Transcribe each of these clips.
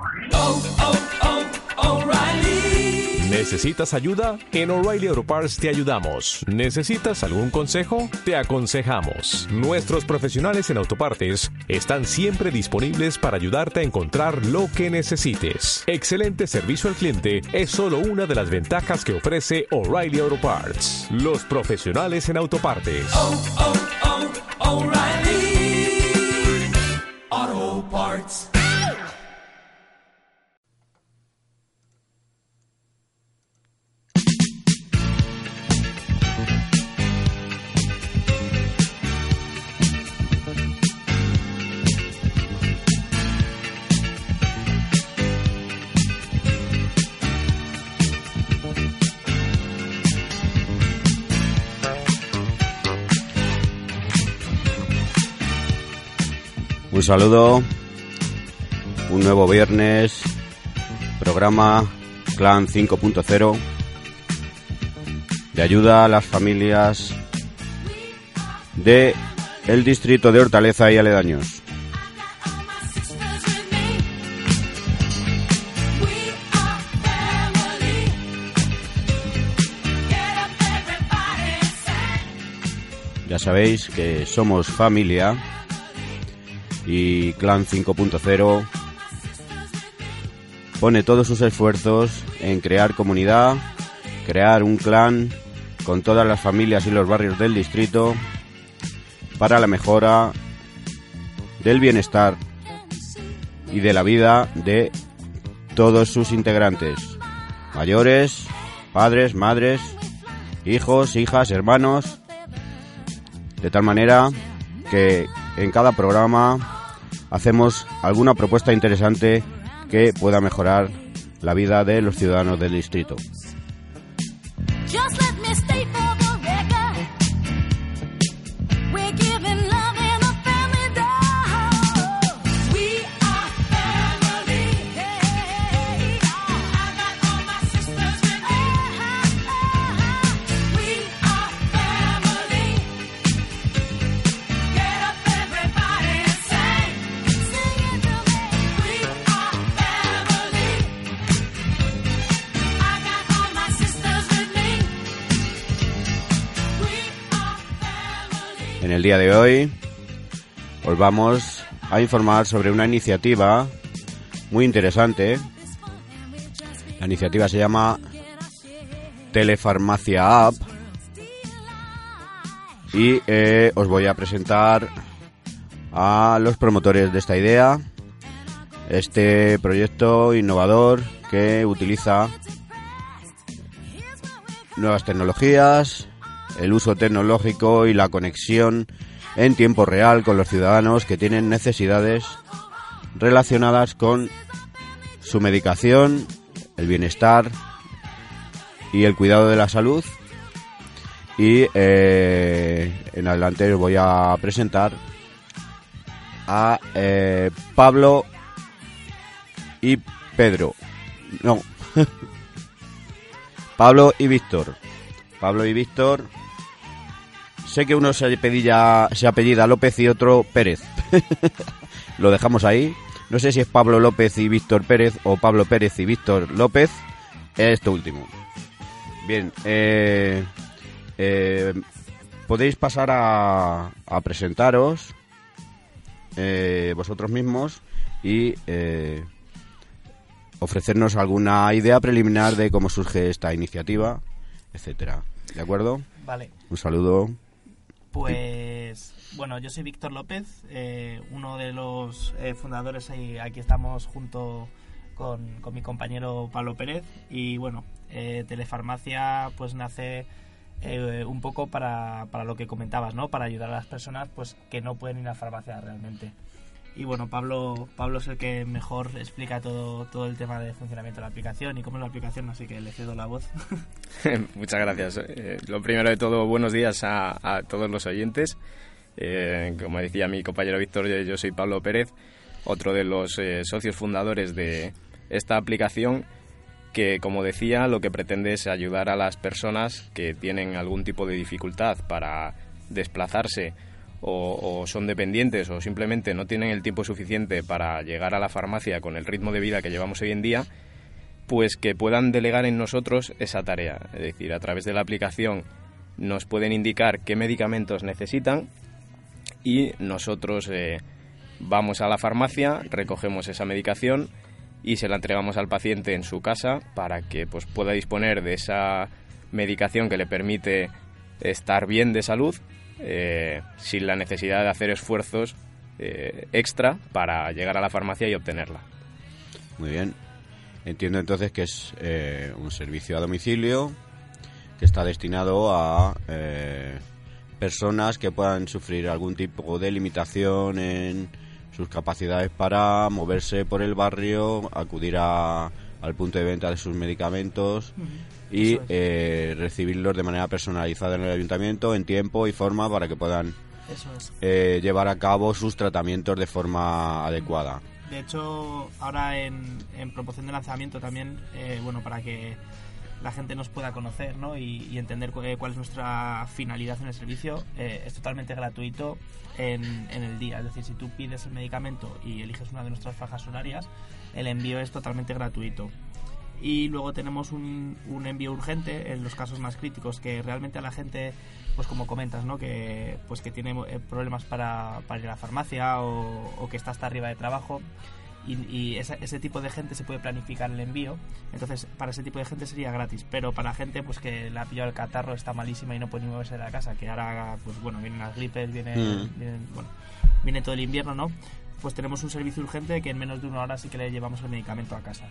¿Necesitas ayuda? En O'Reilly Auto Parts te ayudamos. ¿Necesitas algún consejo? Te aconsejamos. Nuestros profesionales en autopartes están siempre disponibles para ayudarte a encontrar lo que necesites. Excelente servicio al cliente es solo una de las ventajas que ofrece O'Reilly Auto Parts. Los profesionales en autopartes. O'Reilly Auto Parts. Un saludo, un nuevo viernes, programa Clan 5.0 de ayuda a las familias de el distrito de Hortaleza y aledaños. Ya sabéis que somos familia. Y Clan 5.0 pone todos sus esfuerzos en crear comunidad, crear un clan con todas las familias y los barrios del distrito para la mejora del bienestar y de la vida de todos sus integrantes, mayores, padres, madres, hijos, hijas, hermanos, de tal manera que en cada programa hacemos alguna propuesta interesante que pueda mejorar la vida de los ciudadanos del distrito. En el día de hoy os vamos a informar sobre una iniciativa muy interesante. La iniciativa se llama Telefarmacia App y os voy a presentar a los promotores de esta idea, este proyecto innovador que utiliza nuevas tecnologías, el uso tecnológico y la conexión en tiempo real con los ciudadanos que tienen necesidades relacionadas con su medicación, el bienestar y el cuidado de la salud. Y en adelante os voy a presentar a Pablo y Pedro. No. Pablo y Víctor. Pablo y Víctor. Sé que uno se apellida López y otro Pérez. Lo dejamos ahí. No sé si es Pablo López y Víctor Pérez o Pablo Pérez y Víctor López. Esto último. Bien. Podéis pasar a presentaros vosotros mismos y ofrecernos alguna idea preliminar de cómo surge esta iniciativa, etcétera. ¿De acuerdo? Vale. Un saludo. Pues, bueno, yo soy Víctor López, uno de los fundadores, y aquí estamos junto con mi compañero Pablo Pérez. Y bueno, Telefarmacia pues nace un poco para lo que comentabas, ¿no? Para ayudar a las personas pues que no pueden ir a la farmacia realmente. Y bueno, Pablo es el que mejor explica todo el tema de funcionamiento de la aplicación y cómo es la aplicación, así que le cedo la voz. Muchas gracias. Lo primero de todo, buenos días a todos los oyentes. Como decía mi compañero Víctor, yo soy Pablo Pérez, otro de los socios fundadores de esta aplicación que, como decía, lo que pretende es ayudar a las personas que tienen algún tipo de dificultad para desplazarse o son dependientes o simplemente no tienen el tiempo suficiente para llegar a la farmacia con el ritmo de vida que llevamos hoy en día, pues que puedan delegar en nosotros esa tarea. Es decir, a través de la aplicación nos pueden indicar qué medicamentos necesitan y nosotros vamos a la farmacia, recogemos esa medicación y se la entregamos al paciente en su casa para que pues pueda disponer de esa medicación que le permite estar bien de salud, sin la necesidad de hacer esfuerzos extra para llegar a la farmacia y obtenerla. Muy bien. Entiendo entonces que es un servicio a domicilio que está destinado a personas que puedan sufrir algún tipo de limitación en sus capacidades para moverse por el barrio, acudir al punto de venta de sus medicamentos y recibirlos de manera personalizada en el ayuntamiento, en tiempo y forma, para que puedan llevar a cabo sus tratamientos de forma adecuada. De hecho, ahora en promoción de lanzamiento también, para que la gente nos pueda conocer, ¿no? y entender cuál es nuestra finalidad en el servicio, es totalmente gratuito en el día. Es decir, si tú pides el medicamento y eliges una de nuestras fajas horarias, el envío es totalmente gratuito. Y luego tenemos un envío urgente en los casos más críticos, que realmente a la gente, pues como comentas, ¿no? que tiene problemas para ir a la farmacia o que está hasta arriba de trabajo, y ese tipo de gente se puede planificar el envío. Entonces para ese tipo de gente sería gratis, pero para gente pues que le ha pillado el catarro, está malísima y no puede ni moverse de la casa, que ahora pues vienen las gripes, viene todo el invierno, ¿no? Pues tenemos un servicio urgente que en menos de 1 hora sí que le llevamos el medicamento a casa.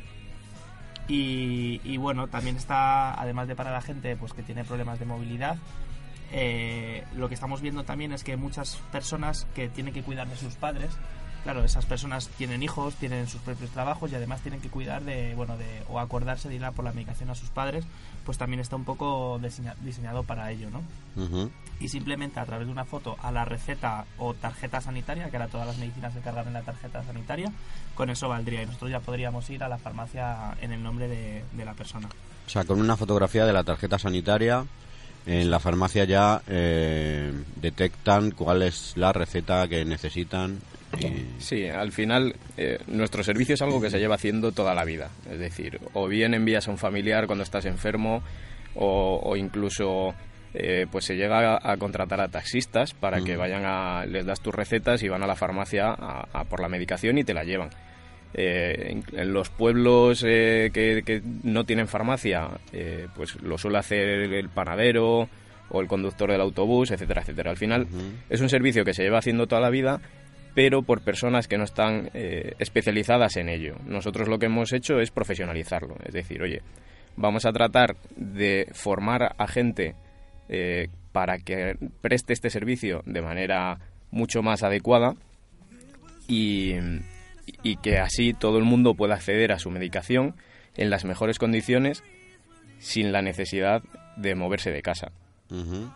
Y bueno, también está, además de para la gente pues que tiene problemas de movilidad, lo que estamos viendo también es que muchas personas que tienen que cuidar de sus padres, claro, esas personas tienen hijos, tienen sus propios trabajos y además tienen que cuidar o acordarse de ir a por la medicación a sus padres, pues también está un poco diseñado para ello, ¿no? Uh-huh. Y simplemente a través de una foto a la receta o tarjeta sanitaria, que ahora todas las medicinas se cargan en la tarjeta sanitaria, con eso valdría y nosotros ya podríamos ir a la farmacia en el nombre de la persona. O sea, con una fotografía de la tarjeta sanitaria, en la farmacia ya detectan cuál es la receta que necesitan. Sí, al final nuestro servicio es algo que se lleva haciendo toda la vida. Es decir, o bien envías a un familiar cuando estás enfermo o incluso pues se llega a contratar a taxistas para que vayan les das tus recetas y van a la farmacia a por la medicación y te la llevan. En los pueblos que no tienen farmacia, pues lo suele hacer el panadero o el conductor del autobús, etcétera, etcétera. Al final es un servicio que se lleva haciendo toda la vida, pero por personas que no están especializadas en ello. Nosotros lo que hemos hecho es profesionalizarlo. Es decir, oye, vamos a tratar de formar a gente para que preste este servicio de manera mucho más adecuada y que así todo el mundo pueda acceder a su medicación en las mejores condiciones sin la necesidad de moverse de casa. Uh-huh.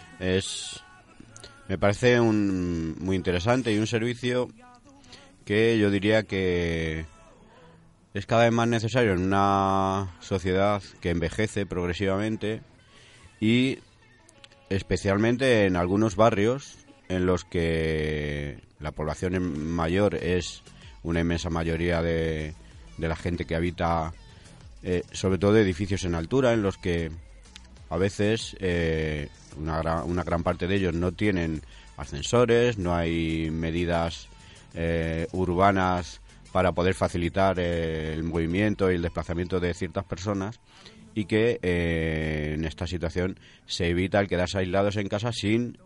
Me parece muy interesante y un servicio que yo diría que es cada vez más necesario en una sociedad que envejece progresivamente y especialmente en algunos barrios en los que la población mayor es una inmensa mayoría de la gente que habita, sobre todo edificios en altura, en los que a veces una gran parte de ellos no tienen ascensores, no hay medidas urbanas para poder facilitar el movimiento y el desplazamiento de ciertas personas, y que en esta situación se evita el quedarse aislados en casa sin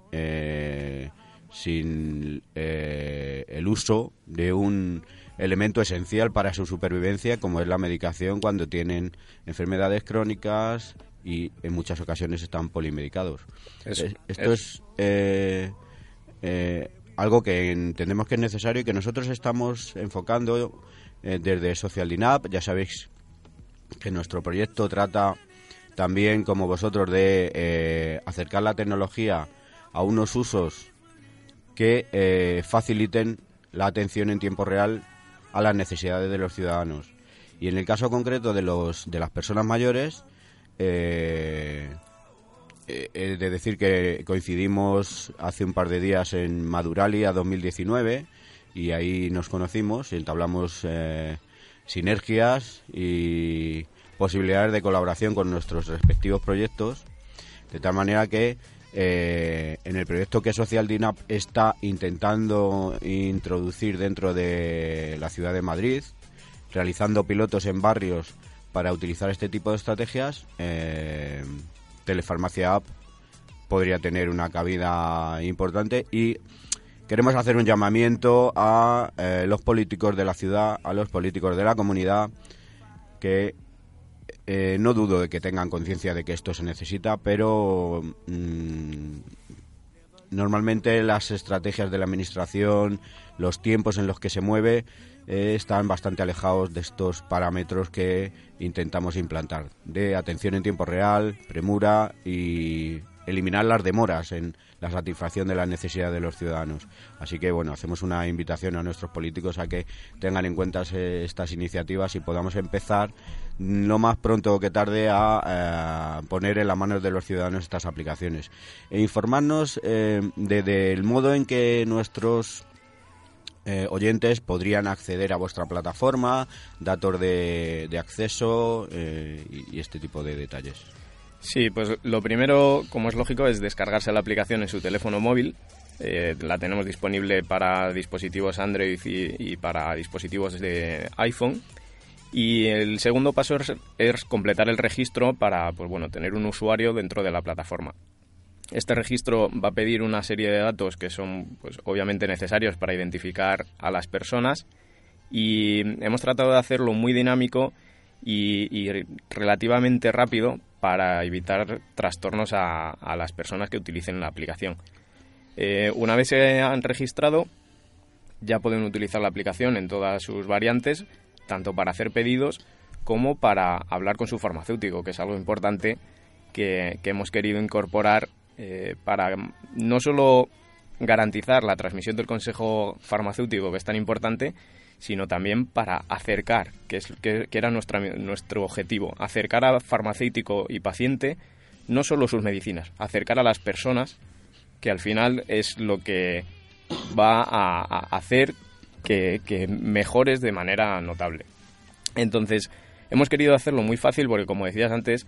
el uso de un elemento esencial para su supervivencia, como es la medicación cuando tienen enfermedades crónicas y en muchas ocasiones están polimedicados. Esto es algo que entendemos que es necesario y que nosotros estamos enfocando desde Social-Dinap. Ya sabéis que nuestro proyecto trata también, como vosotros, de acercar la tecnología a unos usos que faciliten la atención en tiempo real a las necesidades de los ciudadanos. Y en el caso concreto de las personas mayores, de decir que coincidimos hace un par de días en Maduralia 2019 y ahí nos conocimos y entablamos sinergias y posibilidades de colaboración con nuestros respectivos proyectos, de tal manera que en el proyecto que Social DINAP está intentando introducir dentro de la ciudad de Madrid, realizando pilotos en barrios para utilizar este tipo de estrategias, Telefarmacia App podría tener una cabida importante y queremos hacer un llamamiento a los políticos de la ciudad, a los políticos de la comunidad, que no dudo de que tengan conciencia de que esto se necesita, pero normalmente las estrategias de la administración, los tiempos en los que se mueve, están bastante alejados de estos parámetros que intentamos implantar, de atención en tiempo real, premura y eliminar las demoras en la satisfacción de las necesidades de los ciudadanos. Así que, bueno, hacemos una invitación a nuestros políticos a que tengan en cuenta estas iniciativas y podamos empezar lo más pronto que tarde a poner en las manos de los ciudadanos estas aplicaciones. E informarnos del modo en que nuestros oyentes podrían acceder a vuestra plataforma, datos de acceso y este tipo de detalles. Sí, pues lo primero, como es lógico, es descargarse la aplicación en su teléfono móvil. La tenemos disponible para dispositivos Android y para dispositivos de iPhone. Y el segundo paso es completar el registro para, pues bueno, tener un usuario dentro de la plataforma. Este registro va a pedir una serie de datos que son, pues, obviamente necesarios para identificar a las personas, y hemos tratado de hacerlo muy dinámico y relativamente rápido para evitar trastornos a las personas que utilicen la aplicación. Una vez se han registrado, ya pueden utilizar la aplicación en todas sus variantes, tanto para hacer pedidos como para hablar con su farmacéutico, que es algo importante que hemos querido incorporar para no solo garantizar la transmisión del consejo farmacéutico, que es tan importante, sino también para acercar, que era nuestro objetivo, acercar a farmacéutico y paciente no solo sus medicinas, acercar a las personas, que al final es lo que va a hacer que mejores de manera notable. Entonces, hemos querido hacerlo muy fácil porque, como decías antes,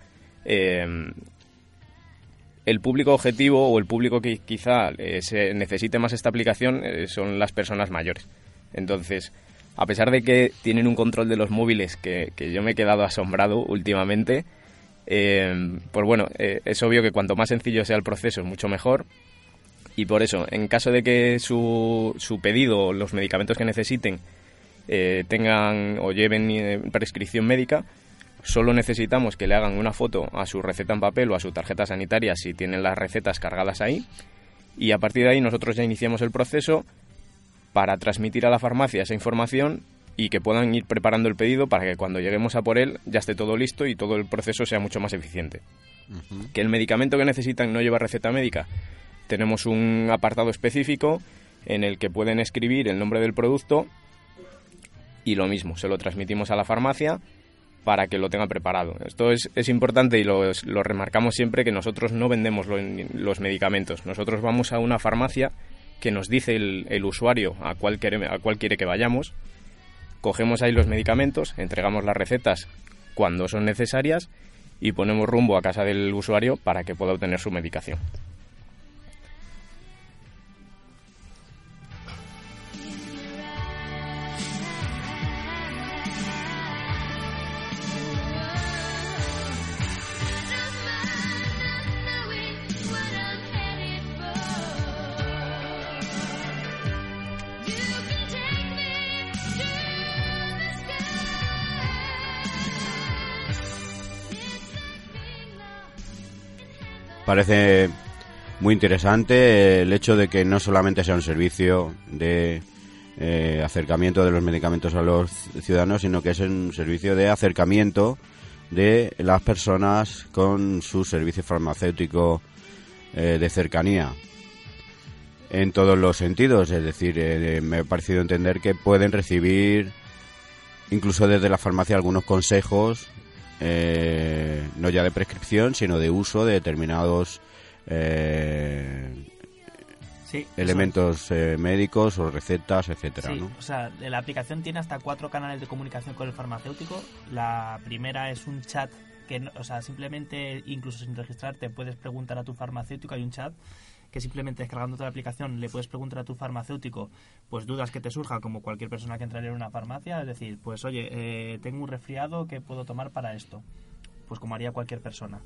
el público objetivo o el público que quizá se necesite más esta aplicación son las personas mayores. Entonces, a pesar de que tienen un control de los móviles que yo me he quedado asombrado últimamente, pues bueno, es obvio que cuanto más sencillo sea el proceso es mucho mejor, y por eso, en caso de que su pedido o los medicamentos que necesiten tengan o lleven prescripción médica, solo necesitamos que le hagan una foto a su receta en papel o a su tarjeta sanitaria si tienen las recetas cargadas ahí, y a partir de ahí nosotros ya iniciamos el proceso para transmitir a la farmacia esa información y que puedan ir preparando el pedido para que cuando lleguemos a por él ya esté todo listo y todo el proceso sea mucho más eficiente. Uh-huh. Que el medicamento que necesitan no lleva receta médica, tenemos un apartado específico en el que pueden escribir el nombre del producto y lo mismo, se lo transmitimos a la farmacia para que lo tenga preparado. Esto es importante y lo remarcamos siempre, que nosotros no vendemos los medicamentos. Nosotros vamos a una farmacia que nos dice el usuario a cuál quiere que vayamos, cogemos ahí los medicamentos, entregamos las recetas cuando son necesarias y ponemos rumbo a casa del usuario para que pueda obtener su medicación. Parece muy interesante el hecho de que no solamente sea un servicio de acercamiento de los medicamentos a los ciudadanos, sino que es un servicio de acercamiento de las personas con su servicio farmacéutico de cercanía en todos los sentidos. Es decir, me ha parecido entender que pueden recibir incluso desde la farmacia algunos consejos, no ya de prescripción, sino de uso de determinados Sí, elementos médicos o recetas, etcétera, sí, ¿no? O sea, la aplicación tiene hasta 4 canales de comunicación con el farmacéutico. La primera es un chat que, o sea, simplemente, incluso sin registrarte, puedes preguntar a tu farmacéutico. Hay un chat que simplemente descargándote la aplicación le puedes preguntar a tu farmacéutico pues dudas que te surjan, como cualquier persona que entraría en una farmacia. Es decir, pues oye, tengo un resfriado, ¿qué puedo tomar para esto? Pues como haría cualquier persona.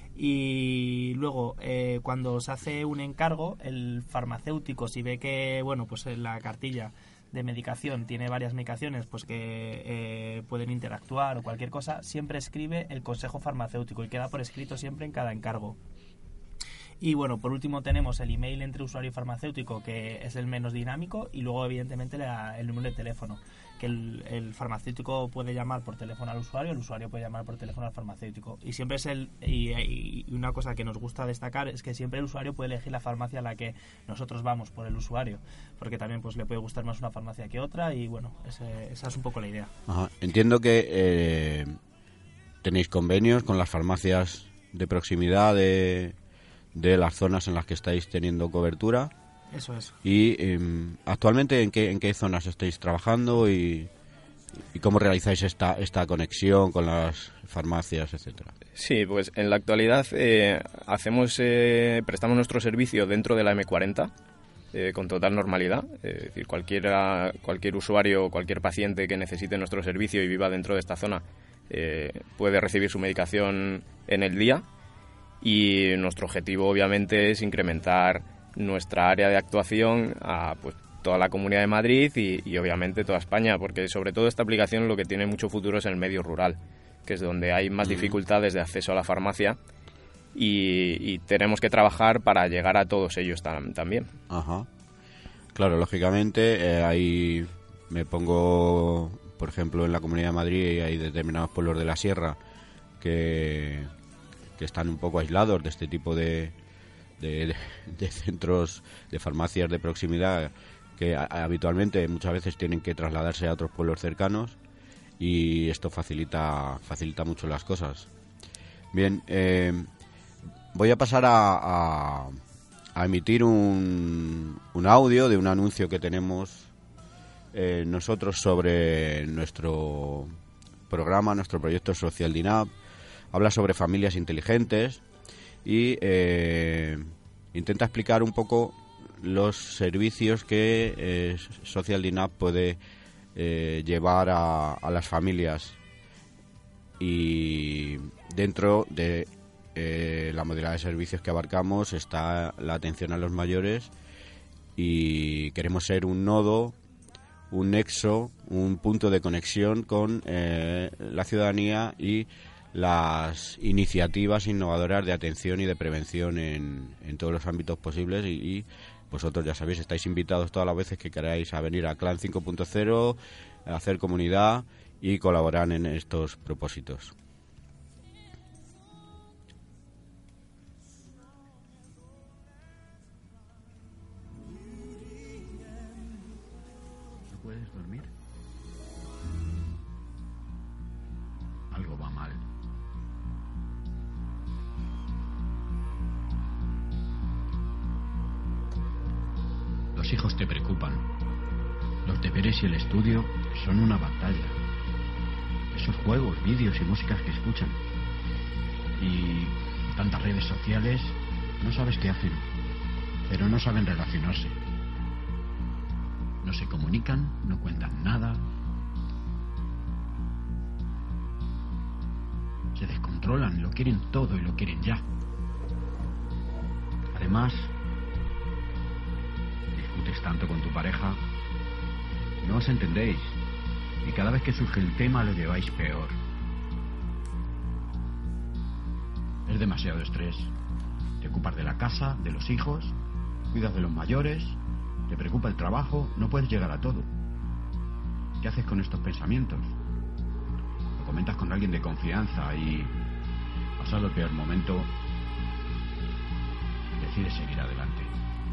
Y luego, cuando se hace un encargo, el farmacéutico, si ve que, bueno, pues en la cartilla de medicación tiene varias medicaciones pues que pueden interactuar o cualquier cosa, siempre escribe el consejo farmacéutico y queda por escrito siempre en cada encargo. Y bueno, por último tenemos el email entre usuario y farmacéutico, que es el menos dinámico, y luego evidentemente el número de teléfono, que el farmacéutico puede llamar por teléfono al usuario, el usuario puede llamar por teléfono al farmacéutico. Y siempre es y una cosa que nos gusta destacar es que siempre el usuario puede elegir la farmacia a la que nosotros vamos por el usuario, porque también pues le puede gustar más una farmacia que otra, y bueno, esa es un poco la idea. Ajá. Entiendo que tenéis convenios con las farmacias de proximidad de las zonas en las que estáis teniendo cobertura. Eso es. Y actualmente ¿en qué zonas estáis trabajando y cómo realizáis esta conexión con las farmacias, etcétera? Sí, pues en la actualidad prestamos nuestro servicio dentro de la M40 con total normalidad. Es decir, cualquier usuario o cualquier paciente que necesite nuestro servicio y viva dentro de esta zona puede recibir su medicación en el día. Y nuestro objetivo obviamente es incrementar nuestra área de actuación a pues toda la Comunidad de Madrid y obviamente toda España, porque sobre todo esta aplicación lo que tiene mucho futuro es en el medio rural, que es donde hay más dificultades de acceso a la farmacia, y tenemos que trabajar para llegar a todos ellos también. Ajá. Claro, lógicamente ahí me pongo, por ejemplo, en la Comunidad de Madrid hay determinados pueblos de la sierra que están un poco aislados de este tipo de centros de farmacias de proximidad, que habitualmente muchas veces tienen que trasladarse a otros pueblos cercanos, y esto facilita mucho las cosas. Bien, voy a pasar a emitir un audio de un anuncio que tenemos nosotros sobre nuestro programa, nuestro proyecto Social DINAP. Habla sobre familias inteligentes y intenta explicar un poco los servicios que Social DINAP puede llevar a las familias. Y dentro de la modalidad de servicios que abarcamos está la atención a los mayores, y queremos ser un nodo, un nexo, un punto de conexión con la ciudadanía y las iniciativas innovadoras de atención y de prevención en todos los ámbitos posibles, y vosotros ya sabéis, estáis invitados todas las veces que queráis a venir a Clan 5.0, a hacer comunidad y colaborar en estos propósitos. ¿No puedes dormir? Algo va mal. Los hijos te preocupan. Los deberes y el estudio son una batalla. Esos juegos, vídeos y músicas que escuchan. Y tantas redes sociales, no sabes qué hacen, pero no saben relacionarse. No se comunican, no cuentan nada. Se descontrolan, lo quieren todo y lo quieren ya. Además, discutes tanto con tu pareja, no os entendéis, y cada vez que surge el tema lo lleváis peor. Es demasiado estrés. Te ocupas de la casa, de los hijos, cuidas de los mayores, te preocupa el trabajo, no puedes llegar a todo. ¿Qué haces con estos pensamientos? Lo comentas con alguien de confianza y, pasado el peor momento, decides seguir adelante.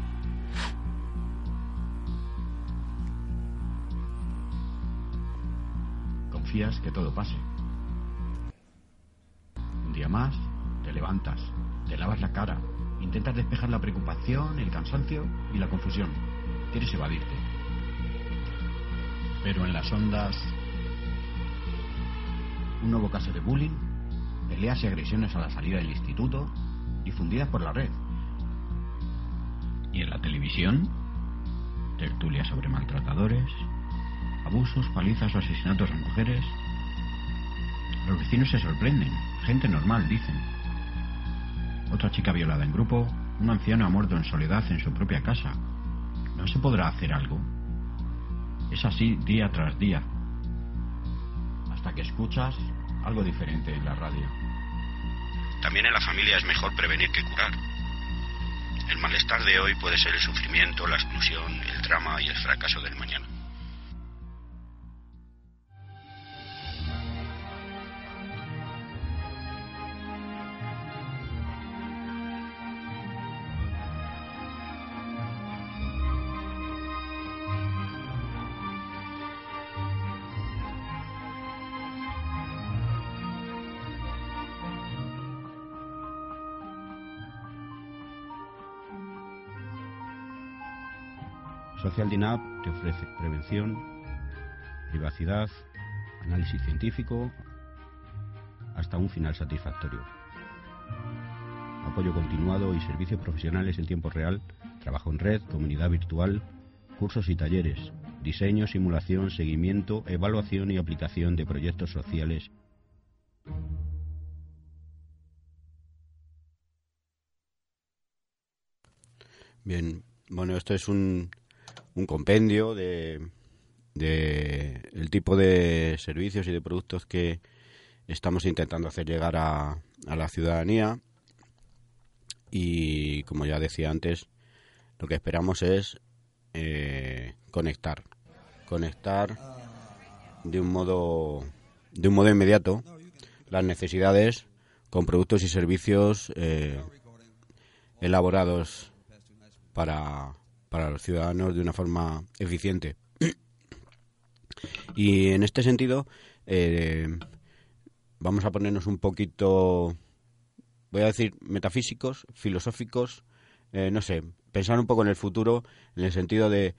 Confías que todo pase. Un día más, te levantas, te lavas la cara, Intentas despejar la preocupación, el cansancio y la confusión. Quieres evadirte. Pero en las ondas, un nuevo caso de bullying, peleas y agresiones a la salida del instituto, difundidas por la red. Y en la televisión, tertulias sobre maltratadores, abusos, palizas o asesinatos a mujeres. Los vecinos se sorprenden. Gente normal, dicen. Otra chica violada en grupo. Un anciano ha muerto en soledad en su propia casa. ¿No se podrá hacer algo? Es así día tras día. Hasta que escuchas algo diferente en la radio. También en la familia es mejor prevenir que curar. El malestar de hoy puede ser el sufrimiento, la exclusión, el drama y el fracaso del mañana. Social DINAP te ofrece prevención, privacidad, análisis científico, hasta un final satisfactorio. Apoyo continuado y servicios profesionales en tiempo real, trabajo en red, comunidad virtual, cursos y talleres, diseño, simulación, seguimiento, evaluación y aplicación de proyectos sociales. Bien, bueno, esto es un compendio de el tipo de servicios y de productos que estamos intentando hacer llegar a la ciudadanía, y como ya decía antes, lo que esperamos es conectar de un modo inmediato las necesidades con productos y servicios elaborados para los ciudadanos de una forma eficiente. Y en este sentido vamos a ponernos un poquito, voy a decir, metafísicos, filosóficos, no sé, pensar un poco en el futuro, en el sentido de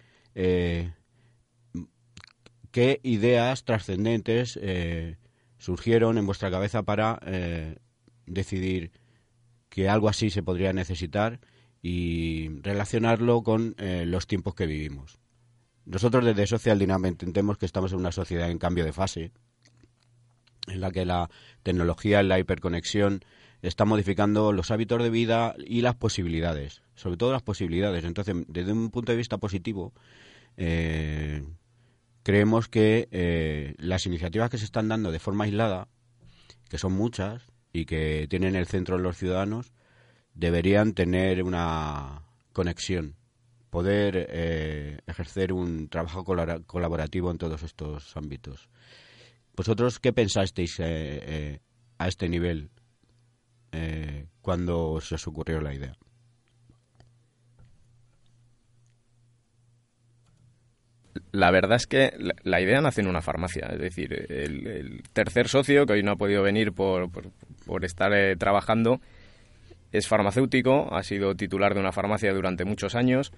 qué ideas trascendentes surgieron en vuestra cabeza para decidir que algo así se podría necesitar y relacionarlo con los tiempos que vivimos. Nosotros desde Social DINAP entendemos que estamos en una sociedad en cambio de fase, en la que la tecnología, la hiperconexión, está modificando los hábitos de vida y las posibilidades, sobre todo las posibilidades. Entonces, desde un punto de vista positivo, creemos que las iniciativas que se están dando de forma aislada, que son muchas y que tienen el centro en los ciudadanos, deberían tener una conexión, poder ejercer un trabajo colaborativo en todos estos ámbitos. ¿Vosotros qué pensasteis a este nivel cuando se os ocurrió la idea? La verdad es que la idea nace en una farmacia. Es decir, el tercer socio, que hoy no ha podido venir por estar trabajando, es farmacéutico, ha sido titular de una farmacia durante muchos años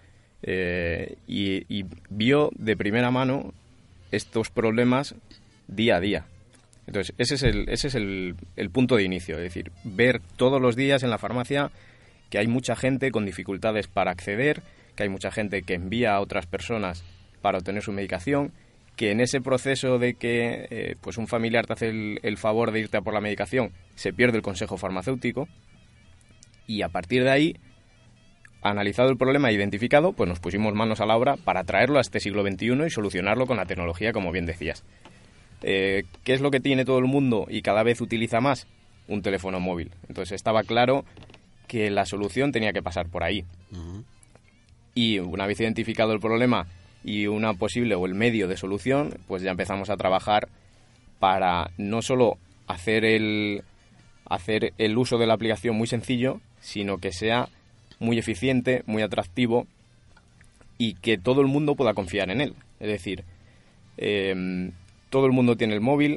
y vio de primera mano estos problemas día a día. Entonces, ese es el punto de inicio. Es decir, ver todos los días en la farmacia que hay mucha gente con dificultades para acceder, que hay mucha gente que envía a otras personas para obtener su medicación, que en ese proceso de que pues un familiar te hace el favor de irte a por la medicación, se pierde el consejo farmacéutico. Y a partir de ahí, analizado el problema e identificado, pues nos pusimos manos a la obra para traerlo a este siglo XXI y solucionarlo con la tecnología, como bien decías. ¿Qué es lo que tiene todo el mundo y cada vez utiliza más? Un teléfono móvil. Entonces estaba claro que la solución tenía que pasar por ahí. Uh-huh. Y una vez identificado el problema y una posible o el medio de solución, pues ya empezamos a trabajar para no solo hacer el uso de la aplicación muy sencillo, sino que sea muy eficiente, muy atractivo y que todo el mundo pueda confiar en él. Es decir, todo el mundo tiene el móvil,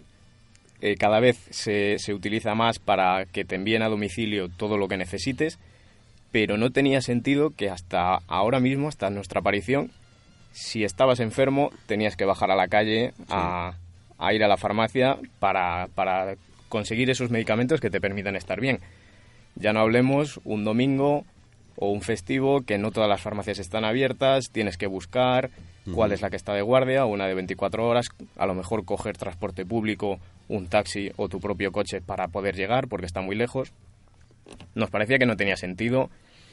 cada vez se utiliza más para que te envíen a domicilio todo lo que necesites pero no tenía sentido que hasta ahora mismo, hasta nuestra aparición, si estabas enfermo tenías que bajar a la calle a ir a la farmacia para conseguir esos medicamentos que te permitan estar bien. Ya no hablemos un domingo o un festivo que no todas las farmacias están abiertas, tienes que buscar cuál es la que está de guardia, una de 24 horas, a lo mejor coger transporte público, un taxi o tu propio coche para poder llegar porque está muy lejos. Nos parecía que no tenía sentido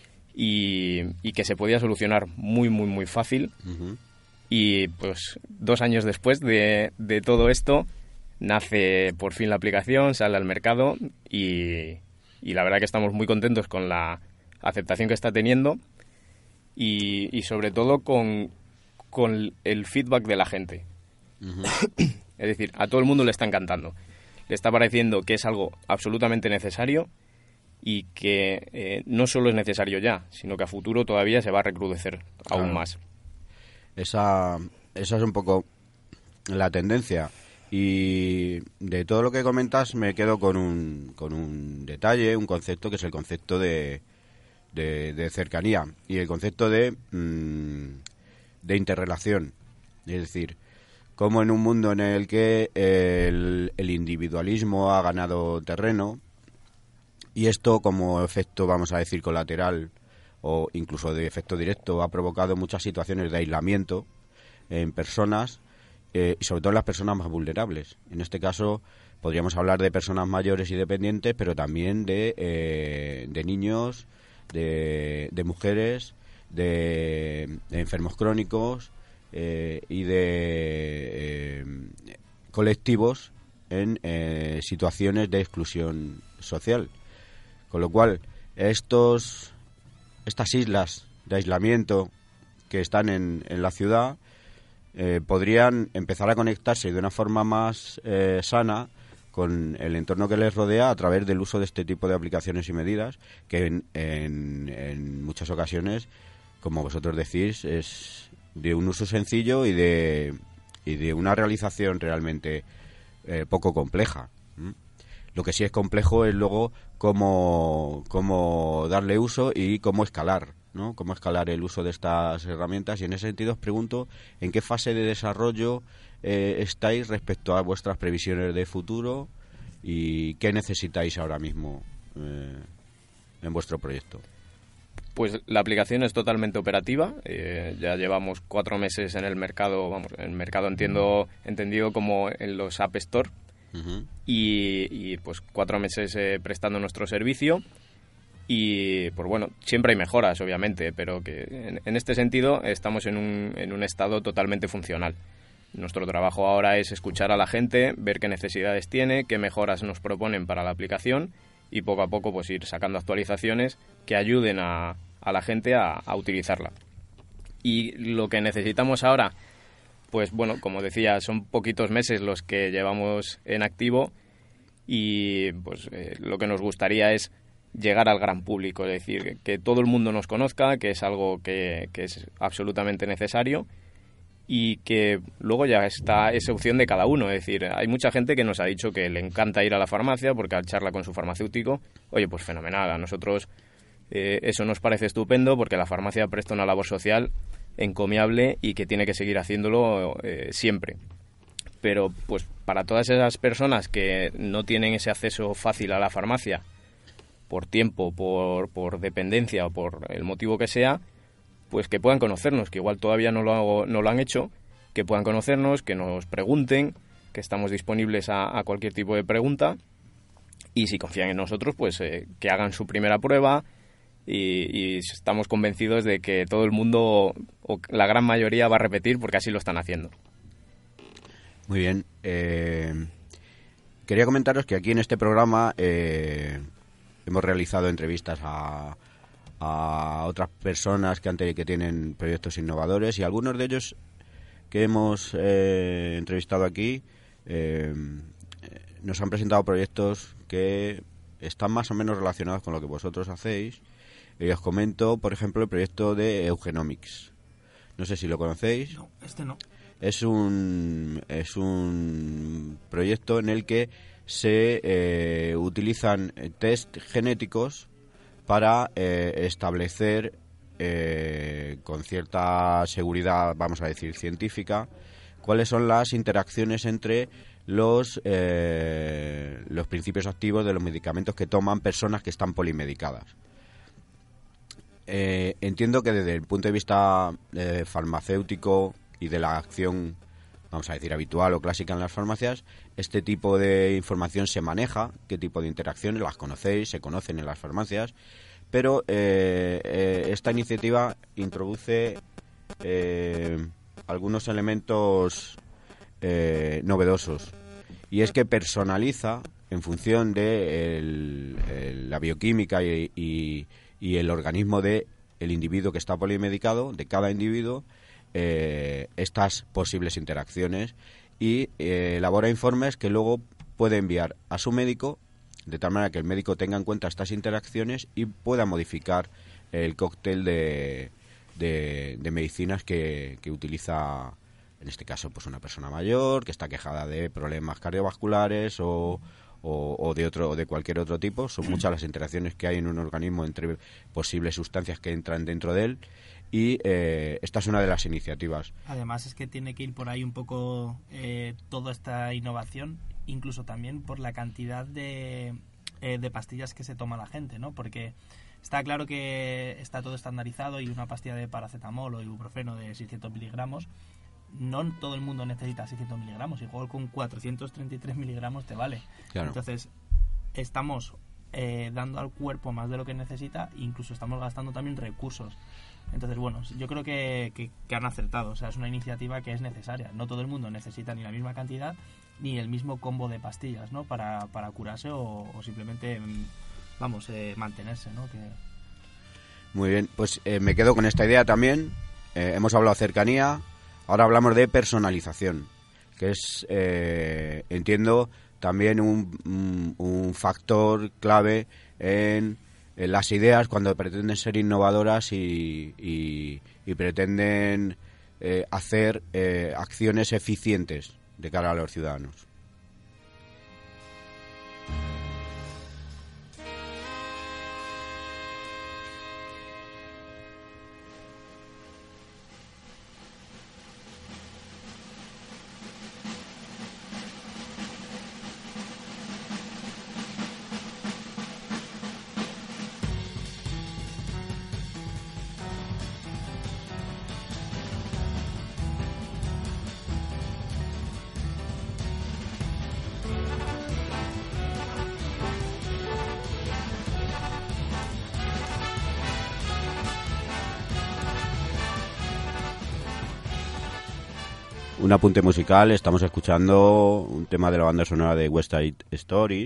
y que se podía solucionar muy, muy, muy fácil. Y pues 2 años después de todo esto, nace por fin la aplicación, sale al mercado y la verdad que estamos muy contentos con la aceptación que está teniendo y sobre todo con el feedback de la gente. Es decir, a todo el mundo le está encantando. Le está pareciendo que es algo absolutamente necesario y que no solo es necesario ya, sino que a futuro todavía se va a recrudecer aún más. Esa es un poco la tendencia. Y de todo lo que comentas me quedo con un detalle, un concepto que es el concepto de cercanía y el concepto de interrelación. Es decir, como en un mundo en el que el individualismo ha ganado terreno y esto como efecto, vamos a decir, colateral o incluso de efecto directo ha provocado muchas situaciones de aislamiento en personas y sobre todo en las personas más vulnerables. En este caso podríamos hablar de personas mayores y dependientes, pero también de niños, de mujeres, de enfermos crónicos y de colectivos en situaciones de exclusión social. Con lo cual, estas islas de aislamiento que están en la ciudad podrían empezar a conectarse de una forma más sana con el entorno que les rodea a través del uso de este tipo de aplicaciones y medidas que en muchas ocasiones, como vosotros decís, es de un uso sencillo y de una realización realmente poco compleja. Lo que sí es complejo es luego cómo darle uso y cómo escalar, ¿no? Cómo escalar el uso de estas herramientas. Y en ese sentido os pregunto en qué fase de desarrollo estáis respecto a vuestras previsiones de futuro y qué necesitáis ahora mismo en vuestro proyecto. Pues la aplicación es totalmente operativa. Ya llevamos 4 meses en el mercado, en el mercado entendido como en los App Store. Y pues 4 meses prestando nuestro servicio y pues bueno, siempre hay mejoras obviamente, pero que en este sentido estamos en un estado totalmente funcional. Nuestro trabajo ahora es escuchar a la gente, ver qué necesidades tiene, qué mejoras nos proponen para la aplicación y poco a poco pues ir sacando actualizaciones que ayuden a la gente a utilizarla. Y lo que necesitamos ahora, pues bueno, como decía, son poquitos meses los que llevamos en activo y pues lo que nos gustaría es llegar al gran público, es decir, que todo el mundo nos conozca, que es algo que es absolutamente necesario y que luego ya está esa opción de cada uno. Es decir, hay mucha gente que nos ha dicho que le encanta ir a la farmacia porque al charla con su farmacéutico, oye, pues fenomenal, a nosotros eso nos parece estupendo porque la farmacia presta una labor social encomiable y que tiene que seguir haciéndolo siempre. Pero pues para todas esas personas que no tienen ese acceso fácil a la farmacia por tiempo, por dependencia o por el motivo que sea, pues que puedan conocernos, que igual todavía no lo han hecho, que puedan conocernos, que nos pregunten, que estamos disponibles a cualquier tipo de pregunta y si confían en nosotros, pues que hagan su primera prueba y estamos convencidos de que todo el mundo, o la gran mayoría, va a repetir porque así lo están haciendo. Muy bien. Quería comentaros que aquí en este programa hemos realizado entrevistas a otras personas que tienen proyectos innovadores y algunos de ellos que hemos entrevistado aquí nos han presentado proyectos que están más o menos relacionados con lo que vosotros hacéis. Y os comento, por ejemplo, el proyecto de Eugenomics. No sé si lo conocéis. No, este no. Es un proyecto en el que se utilizan test genéticos para establecer con cierta seguridad, vamos a decir, científica, cuáles son las interacciones entre los principios activos de los medicamentos que toman personas que están polimedicadas. Entiendo que desde el punto de vista farmacéutico y de la acción, vamos a decir, habitual o clásica en las farmacias, este tipo de información se maneja, qué tipo de interacciones, las conocéis, se conocen en las farmacias, pero esta iniciativa introduce algunos elementos novedosos, y es que personaliza en función de la bioquímica y el organismo del individuo que está polimedicado, de cada individuo, estas posibles interacciones, y elabora informes que luego puede enviar a su médico, de tal manera que el médico tenga en cuenta estas interacciones y pueda modificar el cóctel de medicinas que utiliza, en este caso, pues una persona mayor que está quejada de problemas cardiovasculares o de cualquier otro tipo. Son muchas las interacciones que hay en un organismo entre posibles sustancias que entran dentro de él, y esta es una de las iniciativas. Además es que tiene que ir por ahí un poco toda esta innovación, incluso también por la cantidad de pastillas que se toma la gente, ¿no? Porque está claro que está todo estandarizado, y una pastilla de paracetamol o ibuprofeno de 600 miligramos, no todo el mundo necesita 600 miligramos, igual con 433 miligramos te vale. Claro. Entonces estamos dando al cuerpo más de lo que necesita, e incluso estamos gastando también recursos. Entonces, bueno, yo creo que han acertado. O sea, es una iniciativa que es necesaria. No todo el mundo necesita ni la misma cantidad ni el mismo combo de pastillas, ¿no? Para curarse o simplemente, mantenerse, ¿no? Muy bien, pues me quedo con esta idea también. Hemos hablado de cercanía, ahora hablamos de personalización, que es, entiendo, también un factor clave en las ideas cuando pretenden ser innovadoras y pretenden hacer acciones eficientes de cara a los ciudadanos. Un apunte musical, estamos escuchando un tema de la banda sonora de West Side Story.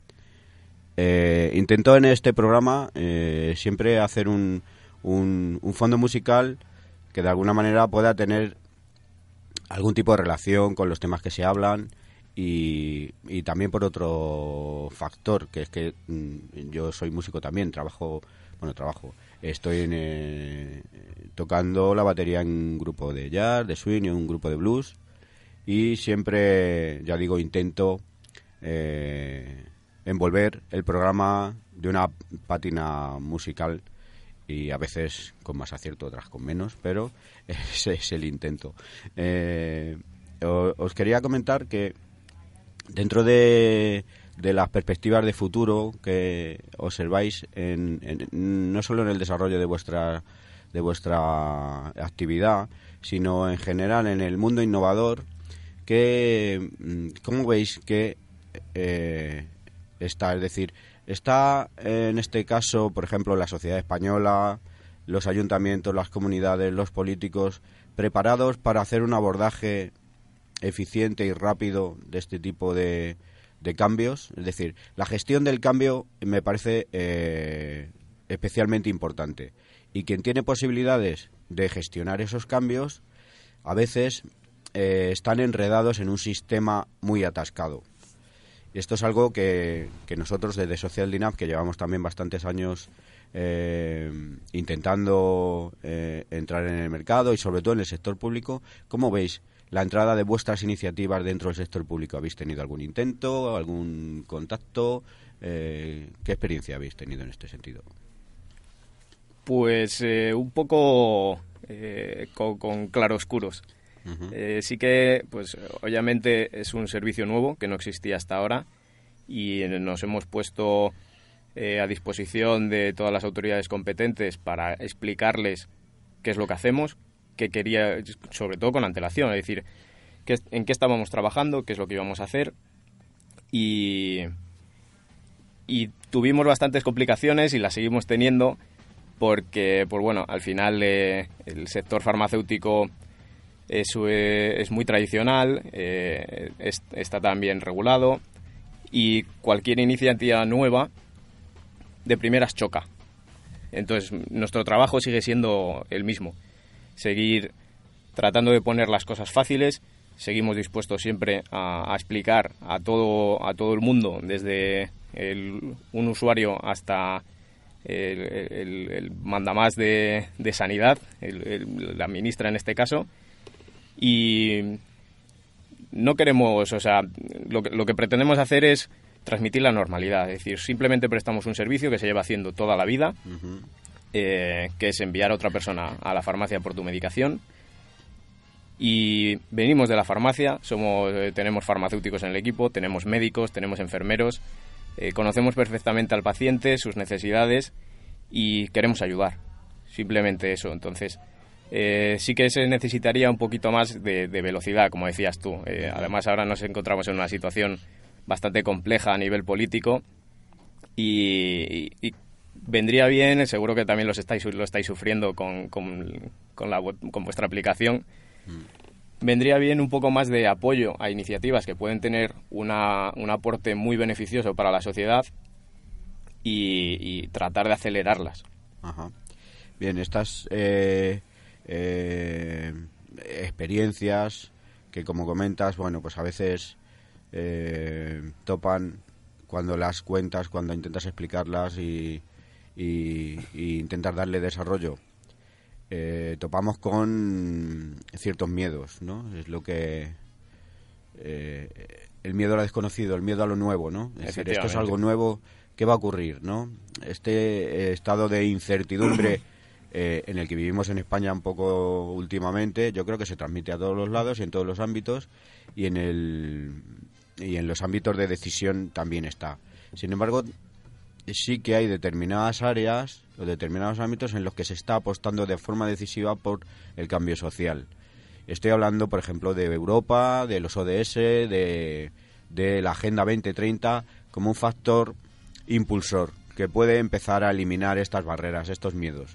Intento en este programa siempre hacer un fondo musical que de alguna manera pueda tener algún tipo de relación con los temas que se hablan, y también por otro factor, que es que yo soy músico también, estoy tocando la batería en un grupo de jazz, de swing y en un grupo de blues, y siempre, ya digo, intento envolver el programa de una pátina musical, y a veces con más acierto, otras con menos, pero ese es el intento. Os quería comentar que dentro de las perspectivas de futuro que observáis no solo en el desarrollo de vuestra actividad, sino en general en el mundo innovador, ¿cómo veis que está? Es decir, ¿está en este caso, por ejemplo, la sociedad española, los ayuntamientos, las comunidades, los políticos preparados para hacer un abordaje eficiente y rápido de este tipo de cambios? Es decir, la gestión del cambio me parece especialmente importante, y quien tiene posibilidades de gestionar esos cambios a veces están enredados en un sistema muy atascado. Y esto es algo que nosotros desde Social Dynamic, que llevamos también bastantes años intentando entrar en el mercado y sobre todo en el sector público, ¿cómo veis la entrada de vuestras iniciativas dentro del sector público? ¿Habéis tenido algún intento, algún contacto? ¿Qué experiencia habéis tenido en este sentido? Pues un poco con claroscuros. Sí que, pues obviamente es un servicio nuevo que no existía hasta ahora y nos hemos puesto a disposición de todas las autoridades competentes para explicarles qué es lo que hacemos, qué quería, sobre todo con antelación, es decir, en qué estábamos trabajando, qué es lo que íbamos a hacer y tuvimos bastantes complicaciones y las seguimos teniendo porque, pues bueno, al final el sector farmacéutico es muy tradicional, está también regulado y cualquier iniciativa nueva de primeras choca. Entonces, nuestro trabajo sigue siendo el mismo. Seguir tratando de poner las cosas fáciles. Seguimos dispuestos siempre a explicar a todo el mundo, desde un usuario hasta el mandamás de sanidad, la ministra en este caso. Y no queremos, o sea, lo que pretendemos hacer es transmitir la normalidad, es decir, simplemente prestamos un servicio que se lleva haciendo toda la vida, que es enviar a otra persona a la farmacia por tu medicación. Y venimos de la farmacia, tenemos farmacéuticos en el equipo, tenemos médicos, tenemos enfermeros, conocemos perfectamente al paciente, sus necesidades y queremos ayudar, simplemente eso. Entonces, sí que se necesitaría un poquito más de velocidad, como decías tú. Además, ahora nos encontramos en una situación bastante compleja a nivel político y vendría bien, seguro que también lo estáis sufriendo con vuestra aplicación. Vendría bien un poco más de apoyo a iniciativas que pueden tener un aporte muy beneficioso para la sociedad y tratar de acelerarlas. Ajá. Bien, estas experiencias que, como comentas, bueno, pues a veces topan cuando las cuentas, cuando intentas explicarlas y intentar darle desarrollo. Topamos con ciertos miedos, ¿no? Es lo que el miedo a lo desconocido, el miedo a lo nuevo, ¿no? Es decir, esto es algo nuevo, ¿qué va a ocurrir, no? Este estado de incertidumbre en el que vivimos en España un poco últimamente, yo creo que se transmite a todos los lados y en todos los ámbitos y en los ámbitos de decisión también está. Sin embargo, sí que hay determinadas áreas o determinados ámbitos en los que se está apostando de forma decisiva por el cambio social. Estoy hablando, por ejemplo, de Europa, de los ODS, de la Agenda 2030, como un factor impulsor que puede empezar a eliminar estas barreras, estos miedos.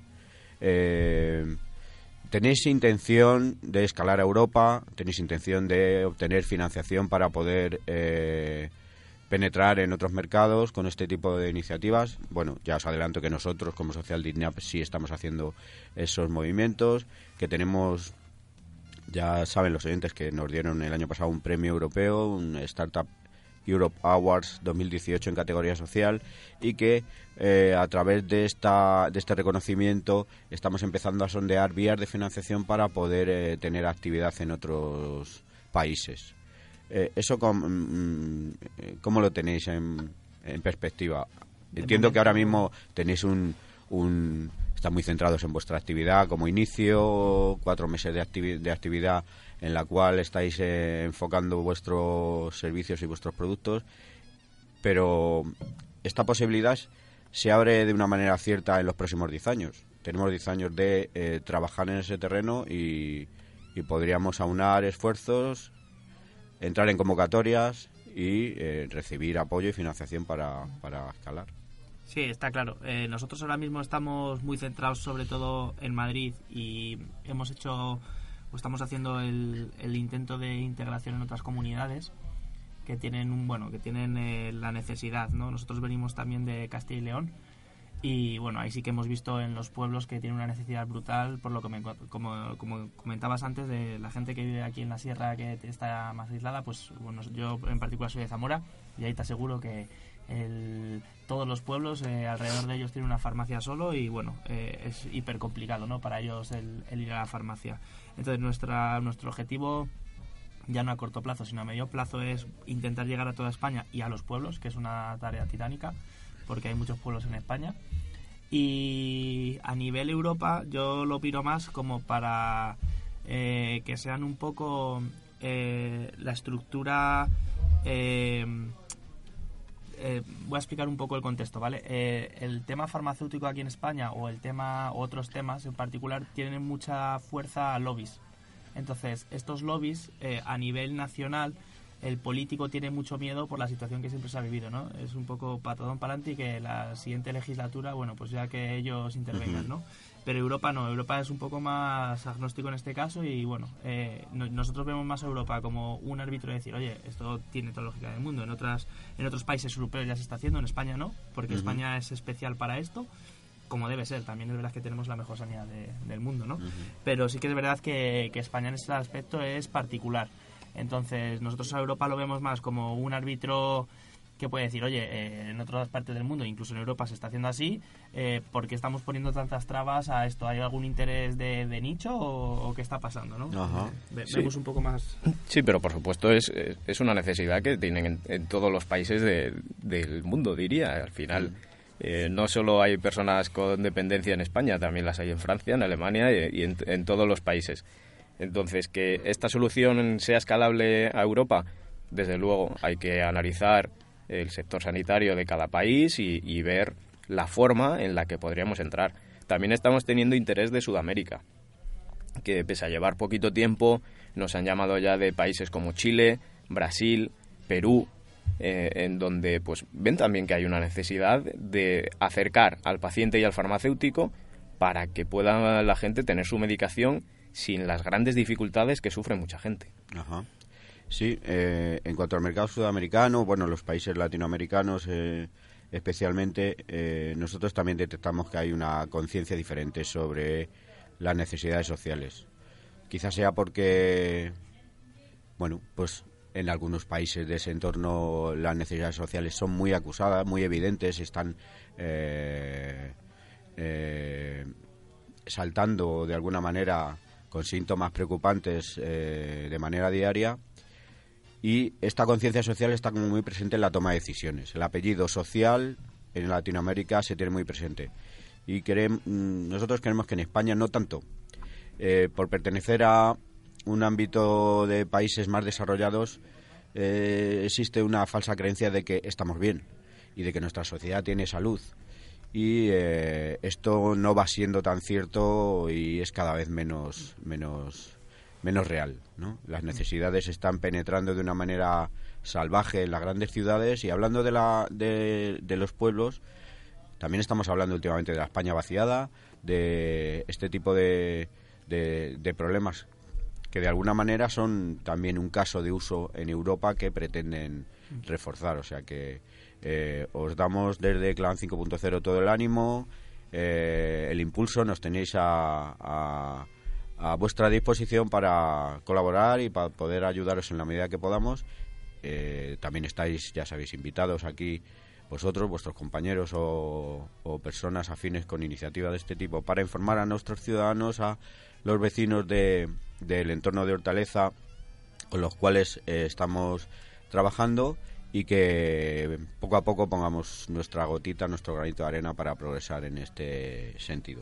¿Tenéis intención de escalar a Europa? ¿Tenéis intención de obtener financiación para poder penetrar en otros mercados con este tipo de iniciativas? Bueno, ya os adelanto que nosotros como Social Digniap sí estamos haciendo esos movimientos, que tenemos, ya saben los oyentes que nos dieron el año pasado un premio europeo, un Startup Europe Awards 2018 en categoría social, y que a través de este reconocimiento estamos empezando a sondear vías de financiación para poder tener actividad en otros países. ¿Eso cómo lo tenéis en perspectiva? Entiendo que ahora mismo tenéis están muy centrados en vuestra actividad como inicio, 4 meses de actividad en la cual estáis enfocando vuestros servicios y vuestros productos, pero esta posibilidad se abre de una manera cierta en los próximos 10 años. Tenemos 10 años de trabajar en ese terreno y podríamos aunar esfuerzos, entrar en convocatorias y recibir apoyo y financiación para escalar. Sí, está claro. Nosotros ahora mismo estamos muy centrados sobre todo en Madrid y estamos haciendo el intento de integración en otras comunidades que tienen la necesidad, ¿no? Nosotros venimos también de Castilla y León y bueno, ahí sí que hemos visto en los pueblos que tienen una necesidad brutal, por lo que como comentabas antes, de la gente que vive aquí en la sierra, que está más aislada. Pues bueno, yo en particular soy de Zamora y ahí te aseguro que todos los pueblos alrededor de ellos tienen una farmacia solo y bueno, es hiper complicado, ¿no?, para ellos el ir a la farmacia. Entonces nuestro objetivo, ya no a corto plazo sino a medio plazo, es intentar llegar a toda España y a los pueblos, que es una tarea titánica porque hay muchos pueblos en España, Y a nivel Europa yo lo miro más como para que sean un poco la estructura... voy a explicar un poco el contexto, ¿vale? El tema farmacéutico aquí en España o otros temas en particular tienen mucha fuerza lobbies. Entonces, estos lobbies a nivel nacional, el político tiene mucho miedo por la situación que siempre se ha vivido, ¿no? Es un poco patadón para adelante y que la siguiente legislatura, bueno, pues ya que ellos intervengan, ¿no? Pero Europa no, Europa es un poco más agnóstico en este caso y bueno, nosotros vemos más a Europa como un árbitro de decir, oye, esto tiene toda la lógica del mundo, en otros países europeos ya se está haciendo, en España no, porque España es especial para esto, como debe ser, también es verdad que tenemos la mejor sanidad del mundo, ¿no? Pero sí que es verdad que España en ese aspecto es particular. Entonces nosotros a Europa lo vemos más como un árbitro que puede decir, oye, en otras partes del mundo, incluso en Europa se está haciendo así, ¿por qué estamos poniendo tantas trabas a esto? ¿Hay algún interés de nicho o qué está pasando, no? Ajá. Vemos un poco más... Sí, pero por supuesto es una necesidad que tienen en todos los países del mundo, diría. Al final no solo hay personas con dependencia en España, también las hay en Francia, en Alemania y en todos los países. Entonces, que esta solución sea escalable a Europa, desde luego hay que analizar el sector sanitario de cada país y ver la forma en la que podríamos entrar. También estamos teniendo interés de Sudamérica, que pese a llevar poquito tiempo, nos han llamado ya de países como Chile, Brasil, Perú, en donde pues ven también que hay una necesidad de acercar al paciente y al farmacéutico para que pueda la gente tener su medicación sin las grandes dificultades que sufre mucha gente. Ajá. Sí, en cuanto al mercado sudamericano, bueno, los países latinoamericanos especialmente, nosotros también detectamos que hay una conciencia diferente sobre las necesidades sociales. Quizás sea porque, bueno, pues en algunos países de ese entorno las necesidades sociales son muy acusadas, muy evidentes, están saltando de alguna manera con síntomas preocupantes de manera diaria. Y esta conciencia social está como muy presente en la toma de decisiones. El apellido social en Latinoamérica se tiene muy presente. Y nosotros creemos que en España no tanto. Por pertenecer a un ámbito de países más desarrollados, existe una falsa creencia de que estamos bien y de que nuestra sociedad tiene salud. Y esto no va siendo tan cierto y es cada vez menos real, ¿no? Las necesidades están penetrando de una manera salvaje en las grandes ciudades y hablando de los pueblos, también estamos hablando últimamente de la España vaciada, de este tipo de problemas que de alguna manera son también un caso de uso en Europa que pretenden reforzar, o sea que os damos desde Clan 5.0 todo el ánimo, el impulso, nos tenéis a vuestra disposición para colaborar y para poder ayudaros en la medida que podamos. También estáis, ya sabéis, invitados aquí vosotros, vuestros compañeros o personas afines con iniciativas de este tipo para informar a nuestros ciudadanos, a los vecinos del entorno de Hortaleza con los cuales estamos trabajando y que poco a poco pongamos nuestra gotita, nuestro granito de arena para progresar en este sentido.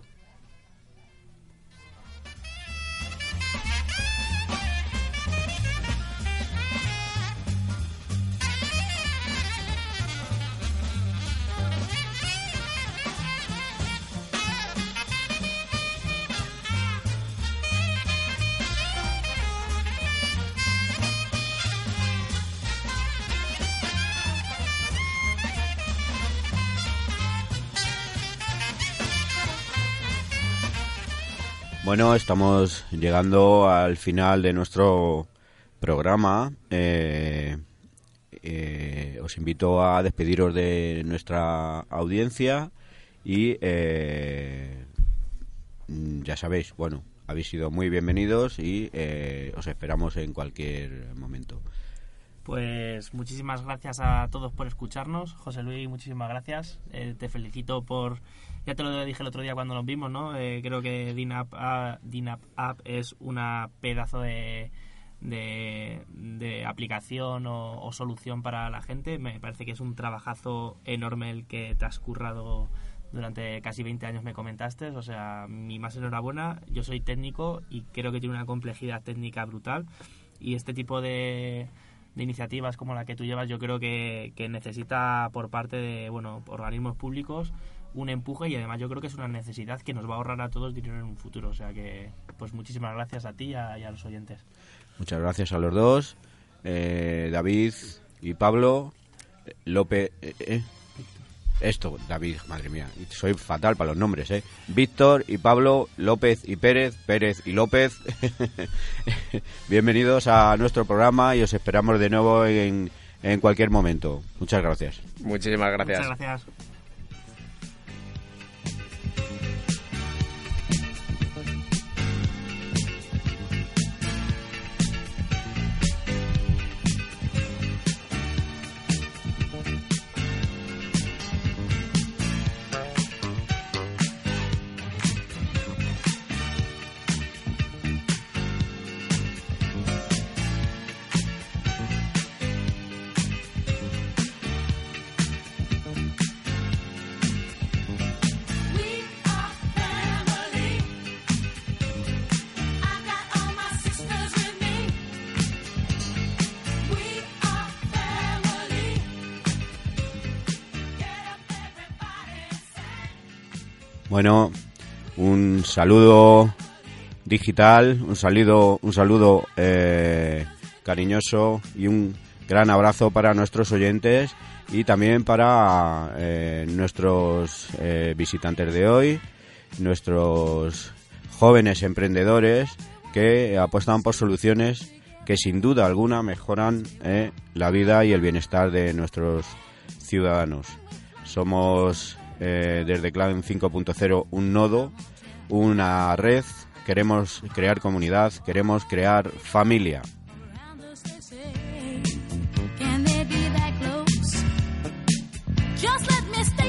Bueno, estamos llegando al final de nuestro programa. Os invito a despediros de nuestra audiencia y ya sabéis, bueno, habéis sido muy bienvenidos y os esperamos en cualquier momento. Pues muchísimas gracias a todos por escucharnos. José Luis, muchísimas gracias. Te felicito por... Ya te lo dije el otro día cuando nos vimos, ¿no? Creo que DINAP App es una pedazo de aplicación o solución para la gente. Me parece que es un trabajazo enorme el que te has currado durante casi 20 años me comentaste, o sea, mi más enhorabuena. Yo soy técnico y creo que tiene una complejidad técnica brutal, y este tipo de iniciativas como la que tú llevas, yo creo que necesita por parte de organismos públicos un empuje, y además yo creo que es una necesidad que nos va a ahorrar a todos dinero en un futuro. O sea que, pues muchísimas gracias a ti y a los oyentes. Muchas gracias a los dos, David y Pablo. López... David, madre mía, soy fatal para los nombres, Víctor y Pablo, López y Pérez, Pérez y López. Bienvenidos a nuestro programa y os esperamos de nuevo en cualquier momento. Muchas gracias. Muchísimas gracias. Muchas gracias. Bueno, un saludo digital, un saludo cariñoso y un gran abrazo para nuestros oyentes y también para nuestros visitantes de hoy, nuestros jóvenes emprendedores que apuestan por soluciones que sin duda alguna mejoran la vida y el bienestar de nuestros ciudadanos. Somos desde Clan 5.0 un nodo, una red, queremos crear comunidad, queremos crear familia. Can they be that close? Just let me stay.